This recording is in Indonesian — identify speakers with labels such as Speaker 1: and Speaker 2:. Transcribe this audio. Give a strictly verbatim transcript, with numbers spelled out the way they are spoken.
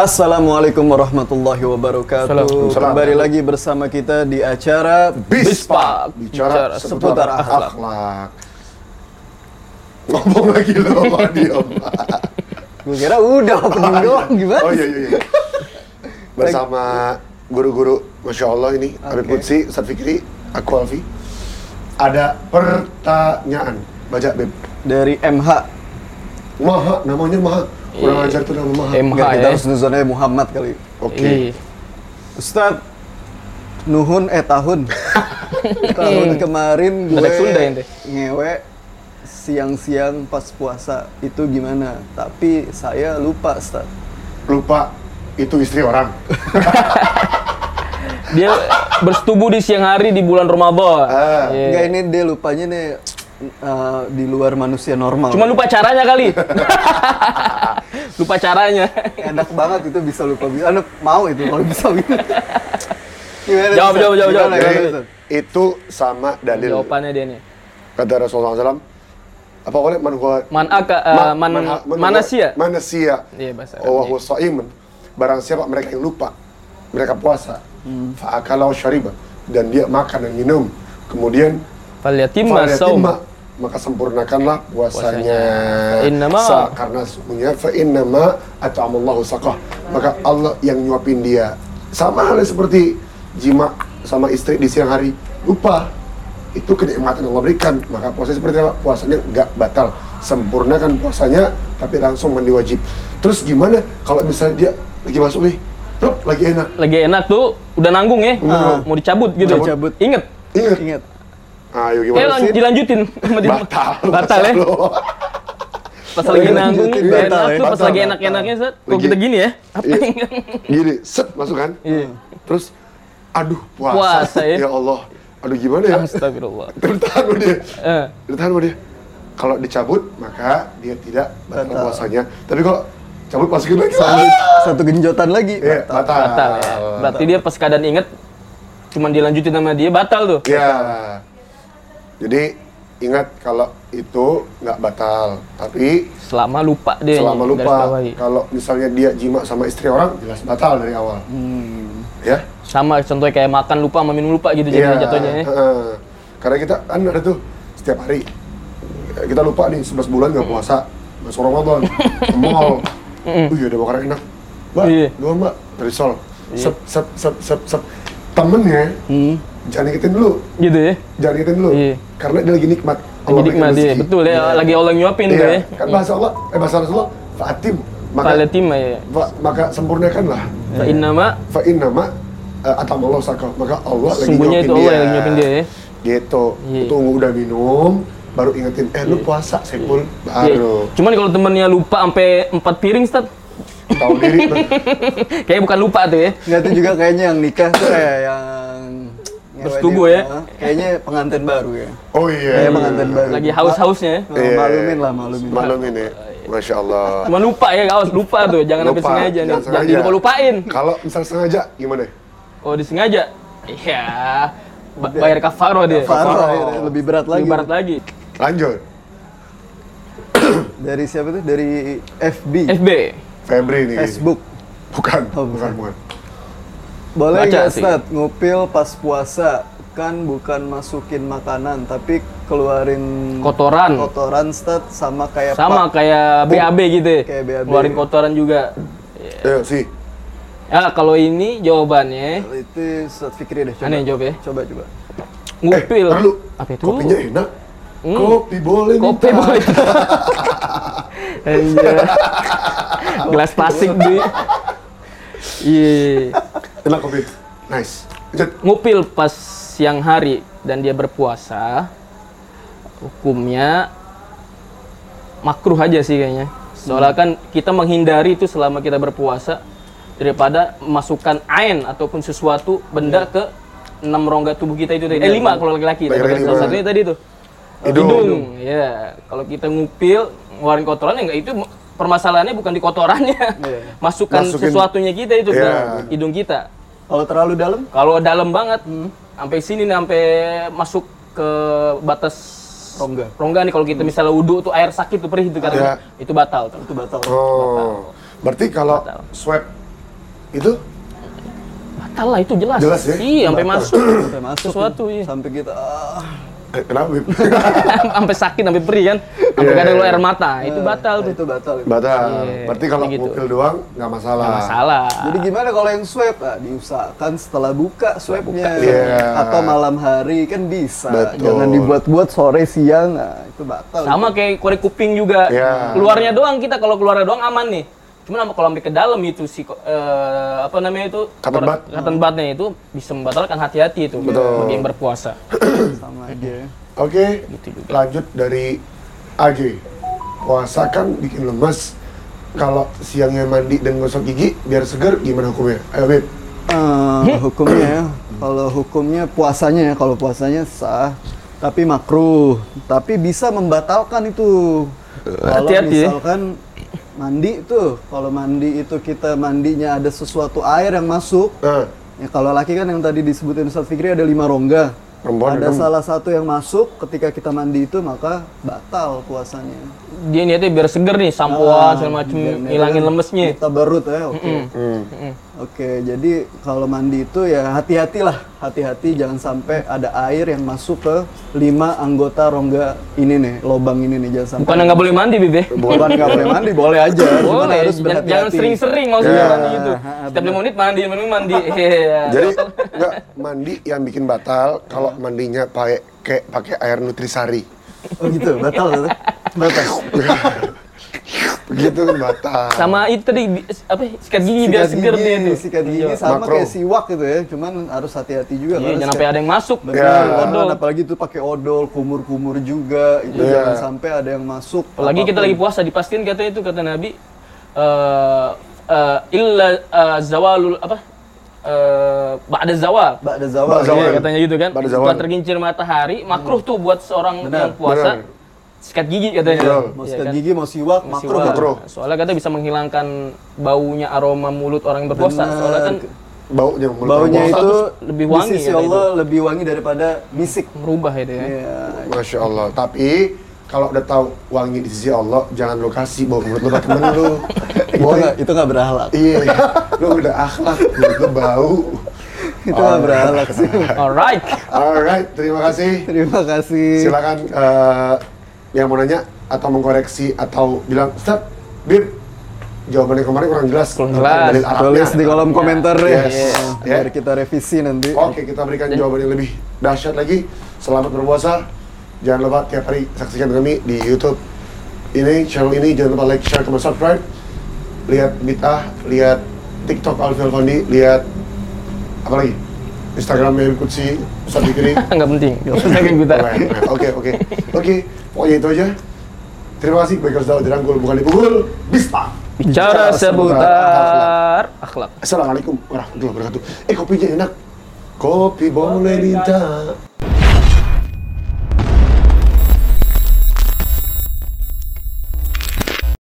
Speaker 1: Assalamualaikum warahmatullahi wabarakatuh. Kembali lagi bersama kita di acara
Speaker 2: Bispak,
Speaker 1: bicara seputar akhlak.
Speaker 2: Ngomong lagi loh, diam.
Speaker 1: Gue kira udah opening doang, gimana?
Speaker 2: Oh iya iya iya. Bersama guru-guru, Masya Allah ini, okay. Habib Qudsi, Ustaz Fikri, aku Alfi. Ada pertanyaan, baca Beb.
Speaker 1: Dari M H.
Speaker 2: Maha, namanya Maha. Kurang ajar tuh nama Maha.
Speaker 1: M H ya? Kita harus nuzonnya Muhammad kali.
Speaker 2: Oke. Okay.
Speaker 1: Ustaz, nuhun eh tahun. Tahun kemarin gue ngewe siang-siang pas puasa. Itu gimana? Tapi saya lupa, Ustaz.
Speaker 2: Lupa? Itu istri orang.
Speaker 3: Dia bersetubuh di siang hari di bulan Ramadan.
Speaker 2: Ah.
Speaker 1: Yeah. Enggak, ini dia lupanya nih uh, di luar manusia normal.
Speaker 3: Cuma lupa caranya kali. Lupa caranya.
Speaker 1: Enak banget itu bisa lupa. Anak mau itu kalau bisa gitu. Gimana?
Speaker 3: Jawab, jawab, jawab, jawab.
Speaker 2: Itu sama dalil.
Speaker 3: Jawabannya dia nih.
Speaker 2: Kata Rasulullah shallallahu alaihi wasallam, apa boleh man huwa
Speaker 3: man aka uh,
Speaker 2: ma,
Speaker 3: man,
Speaker 2: man, man
Speaker 3: manasia.
Speaker 2: Manasia.
Speaker 3: Iya bahasa
Speaker 2: Arabnya. Wa huwa sha'imun. Barang siapa mereka yang lupa, mereka puasa. Hmm. Fa akala wa syariba, dan dia makan dan minum. Kemudian
Speaker 3: falyatimma shaum,
Speaker 2: maka sempurnakanlah puasanya.
Speaker 3: Innama
Speaker 2: Sa, karena sesungguhnya fa innama at'amallahu saqah. Maka Allah yang nyuapin dia. Sama halnya seperti jima sama istri di siang hari, lupa. Itu kenikmatan yang Allah berikan. Maka puasa seperti apa? Puasanya enggak batal. Sempurnakan puasanya tapi langsung mandi wajib. Terus gimana kalau misalnya dia lagi masuk nih, Tuh, lagi enak.
Speaker 3: Lagi enak tuh, udah nanggung ya, hmm. mau dicabut gitu.
Speaker 1: Mau dicabut.
Speaker 3: Ingat?
Speaker 2: Ingat.
Speaker 1: Ingat.
Speaker 2: Ayo gimana
Speaker 3: sih? Dilanjutin.
Speaker 2: Batal.
Speaker 3: Batal ya? Pas lagi nanggung, enak tuh, pas lagi enak-enaknya, Set. Kok kita gini ya? Apa
Speaker 2: iya.
Speaker 3: yang...
Speaker 2: Gini, set, masuk kan?
Speaker 3: Iya.
Speaker 2: Terus, aduh, puasa.
Speaker 3: Puasa ya?
Speaker 2: Ya Allah. Aduh, gimana ya?
Speaker 3: Astagfirullah.
Speaker 2: Tertahan sama dia.
Speaker 3: Eh.
Speaker 2: Tertahan sama dia. Kalau dicabut, maka dia tidak batal puasanya. Tapi kalau cabut masukin lagi
Speaker 1: satu, satu genjotan lagi
Speaker 2: yeah, batal.
Speaker 3: batal. Batal ya. Berarti dia pas keadaan inget cuman dilanjutin sama dia batal tuh.
Speaker 2: Iya. Yeah. Jadi ingat kalau itu nggak batal, tapi
Speaker 3: selama lupa dia.
Speaker 2: Selama lupa. Kalau misalnya dia jima sama istri orang, jelas batal dari awal. Hmm. Ya.
Speaker 3: Sama contohnya kayak makan lupa sama minum lupa gitu
Speaker 2: yeah.
Speaker 3: jadi jatuhnya ya.
Speaker 2: Uh, karena kita kan ada tuh setiap hari kita lupa nih sebelas bulan nggak puasa, masuk Ramadan, ke mall. Uh, iya ada makanan enak. Mbak,
Speaker 3: iya.
Speaker 2: dua mbak, risol. Sep, sep, sep, sep, sep. Temennya, hmm. jangan ingetin dulu.
Speaker 3: Gitu ya?
Speaker 2: Jangan ingetin dulu. Iya. Karena dia lagi nikmat.
Speaker 3: Lagi nikmat dia, betul ya. Yeah. Lagi Allah nyuapin
Speaker 2: iya.
Speaker 3: tuh ya.
Speaker 2: Kan bahasa Allah, eh bahasa Rasulullah, fa'atim. Maka,
Speaker 3: fa'atim ya.
Speaker 2: Fa, maka sempurnakanlah.
Speaker 3: Fa'innama.
Speaker 2: Fa'innama, uh, atamallahu saqah. Maka Allah lagi nyuapin dia.
Speaker 3: Sungguhnya itu Allah yang nyuapin dia ya.
Speaker 2: Gitu. Yeah. Tunggu udah minum, baru ingetin, eh lu puasa, Saiful, baru.
Speaker 3: Yeah. Cuman kalau temennya lupa sampai empat piring, Ustaz.
Speaker 2: Tahu diri.
Speaker 3: Kayaknya bukan lupa tuh ya.
Speaker 1: Nggak, tuh juga kayaknya yang nikah tuh kayak yang
Speaker 3: bersetubuh ya.
Speaker 1: Kayaknya pengantin baru ya.
Speaker 2: Oh iya.
Speaker 1: Kayak pengantin baru.
Speaker 3: Lagi haus-hausnya ya.
Speaker 1: Oh, maklumin lah, maklumin.
Speaker 2: Maklumin ya. Masya Allah.
Speaker 3: Cuma lupa ya, kaos lupa tuh. Jangan sampai sengaja nih. Jangan dilupa-lupain.
Speaker 2: Kalau misal sengaja gimana?
Speaker 3: Oh, disengaja? Iya. Bayar kafaroh dia.
Speaker 1: Kafaroh, lebih berat lagi.
Speaker 3: Lebih berat lagi.
Speaker 2: Lanjut.
Speaker 1: Dari siapa tuh? Dari F B.
Speaker 3: F B.
Speaker 2: Febri nih.
Speaker 1: Facebook.
Speaker 2: Bukan,
Speaker 1: oh,
Speaker 2: bukan, bukan.
Speaker 1: Boleh nggak, Ustaz, ngupil pas puasa? Kan bukan masukin makanan, tapi keluarin
Speaker 3: kotoran.
Speaker 1: Kotoran, Ustaz, sama kayak
Speaker 3: sama pak, kayak B A B gitu ya?
Speaker 1: Kayak B A B.
Speaker 3: Keluarin kotoran juga.
Speaker 2: Ayo, sih.
Speaker 3: Ya, kalau ini jawabannya...
Speaker 1: Itu Ustaz Fikri deh, coba.
Speaker 3: Aneh jawab ya?
Speaker 1: Coba, coba.
Speaker 3: Ngupil.
Speaker 2: Eh, lalu,
Speaker 3: apa itu?
Speaker 2: Kopinya enak. Hmm. Kopi boleh
Speaker 3: Kopi minta. boleh. Anjir. Gelas plastik di. Iya.
Speaker 2: Enak kopi. Nice.
Speaker 3: Ngupil pas siang hari dan dia berpuasa, hukumnya makruh aja sih kayaknya. Soalnya kan kita menghindari itu selama kita berpuasa daripada masukkan ain ataupun sesuatu benda ke enam rongga tubuh kita itu tadi. Eh lima kalau laki-laki. Salah satunya tadi tuh.
Speaker 2: Hidung.
Speaker 3: Hidung. Ya, kalau kita ngupil ngeluarin kotoran ya enggak, itu permasalahannya bukan di kotorannya. Yeah. Masukkan Masukin, sesuatunya kita itu yeah. ke hidung kita.
Speaker 1: Kalau terlalu dalam?
Speaker 3: Kalau dalam banget, hmm. sampai sini nih, sampai masuk ke batas
Speaker 1: rongga.
Speaker 3: Rongga nih, kalau kita misalnya wudhu tuh air sakit tuh perih itu kan, yeah. itu batal tuh.
Speaker 1: Itu batal.
Speaker 2: Oh. Batal. Berarti kalau batal. Swab itu
Speaker 3: Batal lah itu jelas.
Speaker 2: Jelas ya?
Speaker 3: Iya, sampai
Speaker 2: Batal.
Speaker 3: masuk.
Speaker 1: Sampai masuk
Speaker 3: Sesuatu,
Speaker 1: nih.
Speaker 3: iya.
Speaker 1: Sampai kita ah,
Speaker 2: eh, kenapa Bib?
Speaker 3: Sampai sakit, sampai perih kan. Sampai
Speaker 2: Iya,
Speaker 3: kadang
Speaker 2: iya.
Speaker 3: lu air mata. Itu batal
Speaker 1: nah,
Speaker 3: tuh.
Speaker 1: itu batal. itu.
Speaker 2: Batal.
Speaker 3: Iya,
Speaker 2: Berarti kalau
Speaker 3: gitu.
Speaker 2: ngupil doang nggak masalah.
Speaker 3: Nggak masalah.
Speaker 1: Jadi gimana kalau yang swab? Ah, diusahakan setelah buka swabnya.
Speaker 2: Iya.
Speaker 1: Atau malam hari kan bisa.
Speaker 2: Betul.
Speaker 1: Jangan dibuat-buat sore siang. Nah, itu batal.
Speaker 3: Sama kayak korek kuping juga.
Speaker 2: Iya.
Speaker 3: Keluarnya doang kita, kalau keluarnya doang aman nih. Cuman kalau sampai ke dalam itu si eh, apa namanya itu
Speaker 2: Cotton
Speaker 3: korek-
Speaker 2: bud.
Speaker 3: cotton budnya itu bisa membatalkan, hati-hati itu
Speaker 2: Betul.
Speaker 3: bagi yang berpuasa.
Speaker 1: Sama aja.
Speaker 2: Oke,
Speaker 3: Gitu juga.
Speaker 2: lanjut dari A G. Puasa kan bikin lemes. Kalau siangnya mandi dan gosok gigi biar seger, gimana hukumnya? Ayo Bib.
Speaker 1: Eh, hukumnya ya, kalau hukumnya puasanya ya, kalau puasanya sah, tapi makruh, tapi bisa membatalkan itu. Kalau
Speaker 3: Hati-hati ya.
Speaker 1: misalkan mandi tuh, kalau mandi itu kita mandinya ada sesuatu air yang masuk,
Speaker 2: Nah,
Speaker 1: ya kalau laki kan yang tadi disebutin Ustadz Fikri ada lima rongga.
Speaker 2: Perempuan
Speaker 1: Ada
Speaker 2: enam.
Speaker 1: salah satu yang masuk ketika kita mandi itu maka batal puasanya.
Speaker 3: Dia niatnya biar seger nih,
Speaker 1: Ah,
Speaker 3: sampoan segala macem,
Speaker 1: biar-
Speaker 3: hilangin lemesnya.
Speaker 1: Kita barut ya, oke.
Speaker 2: hmm.
Speaker 1: Oke, jadi kalau mandi itu ya hati-hatilah, hati-hati jangan sampai ada air yang masuk ke lima anggota rongga ini nih, lobang ini nih, jangan sampai.
Speaker 3: Bukan nggak boleh mandi, Bib ya?
Speaker 1: Bukan nggak boleh mandi, boleh aja. Cuman
Speaker 3: Boleh,
Speaker 1: harus
Speaker 3: jangan,
Speaker 1: berhati-hati.
Speaker 3: jangan sering-sering maksudnya
Speaker 1: Ya,
Speaker 3: mandi itu.
Speaker 1: ha,
Speaker 3: Setiap lima menit mandi, lima menit mandi. Iya.
Speaker 2: Jadi enggak mandi yang bikin batal kalau mandinya pakai kayak pakai air nutrisari.
Speaker 1: Oh gitu, batal batal. Batal.
Speaker 2: Begitu kan batal.
Speaker 3: Sama itu tadi bi- apa sikat gigi biar
Speaker 1: Sikat
Speaker 3: seger
Speaker 1: gigi,
Speaker 3: dia tuh.
Speaker 1: sikat gigi
Speaker 3: Iya.
Speaker 1: sama
Speaker 2: Makro.
Speaker 1: kayak siwak gitu ya, cuman harus hati-hati juga.
Speaker 3: Iya,
Speaker 1: karena
Speaker 3: jangan
Speaker 1: sikat-
Speaker 3: sampai ada yang masuk.
Speaker 1: Benar,
Speaker 2: Ya.
Speaker 1: odol.
Speaker 3: Odol.
Speaker 1: Apalagi itu pakai odol, kumur-kumur juga, itu
Speaker 2: Iya.
Speaker 1: jangan sampai ada yang masuk.
Speaker 3: Apalagi kita
Speaker 1: apapun.
Speaker 3: lagi puasa, dipastiin katanya itu kata Nabi eh eh, illa eh, zawalul apa? Eh ba'da zawal.
Speaker 1: Ba'da zawal.
Speaker 2: Ba'da zawal.
Speaker 3: Iya, katanya gitu kan.
Speaker 2: Ba'da
Speaker 3: Setelah
Speaker 2: zawal.
Speaker 3: tergincir matahari, makruh tuh buat seorang
Speaker 1: Benar,
Speaker 3: yang puasa
Speaker 2: benar.
Speaker 3: sikat gigi katanya.
Speaker 2: Betul.
Speaker 1: Mau
Speaker 3: Iya
Speaker 1: sikat
Speaker 3: kan?
Speaker 1: gigi, mau siwak,
Speaker 3: Masih
Speaker 1: makruh.
Speaker 3: wah.
Speaker 2: makruh.
Speaker 3: Soalnya katanya bisa menghilangkan baunya, aroma mulut orang yang berpuasa.
Speaker 1: Benar.
Speaker 3: Soalnya kan
Speaker 2: Baunya mulut
Speaker 1: Baunya
Speaker 2: berbusa.
Speaker 1: itu
Speaker 3: lebih wangi
Speaker 1: di sisi
Speaker 3: ya,
Speaker 1: Allah lebih wangi daripada bisik.
Speaker 3: merubah itu ya.
Speaker 1: Iya.
Speaker 2: Masya Allah. Tapi kalau udah tahu wangi di sisi Allah, jangan lo kasih bau mulut lo ke temen lo.
Speaker 1: Itu nggak itu nggak berhalak.
Speaker 2: Iya, lo udah akhlak, mulut lo bau.
Speaker 1: Itu nggak berhalak sih.
Speaker 3: Alright.
Speaker 2: Alright, terima kasih.
Speaker 1: Terima kasih.
Speaker 2: Silakan eh, yang mau nanya atau mengkoreksi atau bilang, Ustaz, Bib, jawabannya kemarin kurang jelas.
Speaker 3: Kurang
Speaker 2: Tentang
Speaker 3: jelas.
Speaker 2: dalil Arabnya."
Speaker 1: Tulis di kolom komentar deh.
Speaker 2: Yes.
Speaker 1: Nah,
Speaker 2: Ya.
Speaker 1: biar kita revisi nanti.
Speaker 2: Oke, kita berikan jawaban yang lebih dahsyat lagi. Selamat berpuasa. Jangan lupa tiap hari saksikan kami di YouTube ini, channel ini. Jangan lupa like, share, comment, subscribe. Lihat Bid'ah, lihat TikTok Alfi Alfandi, lihat apa lagi? Instagram Mehdi Kutsi, Ustadz Fikri.
Speaker 3: Nggak penting. Nggak kita.
Speaker 2: Alright, Oke, oke. Oke, pokoknya itu aja. Terima kasih. Baik harus tahu dirangkul, bukan dipukul. Bismillah.
Speaker 3: Bicara seputar akhlak.
Speaker 2: Assalamualaikum warahmatullahi wabarakatuh. Eh, kopinya enak. Kopi boleh minta.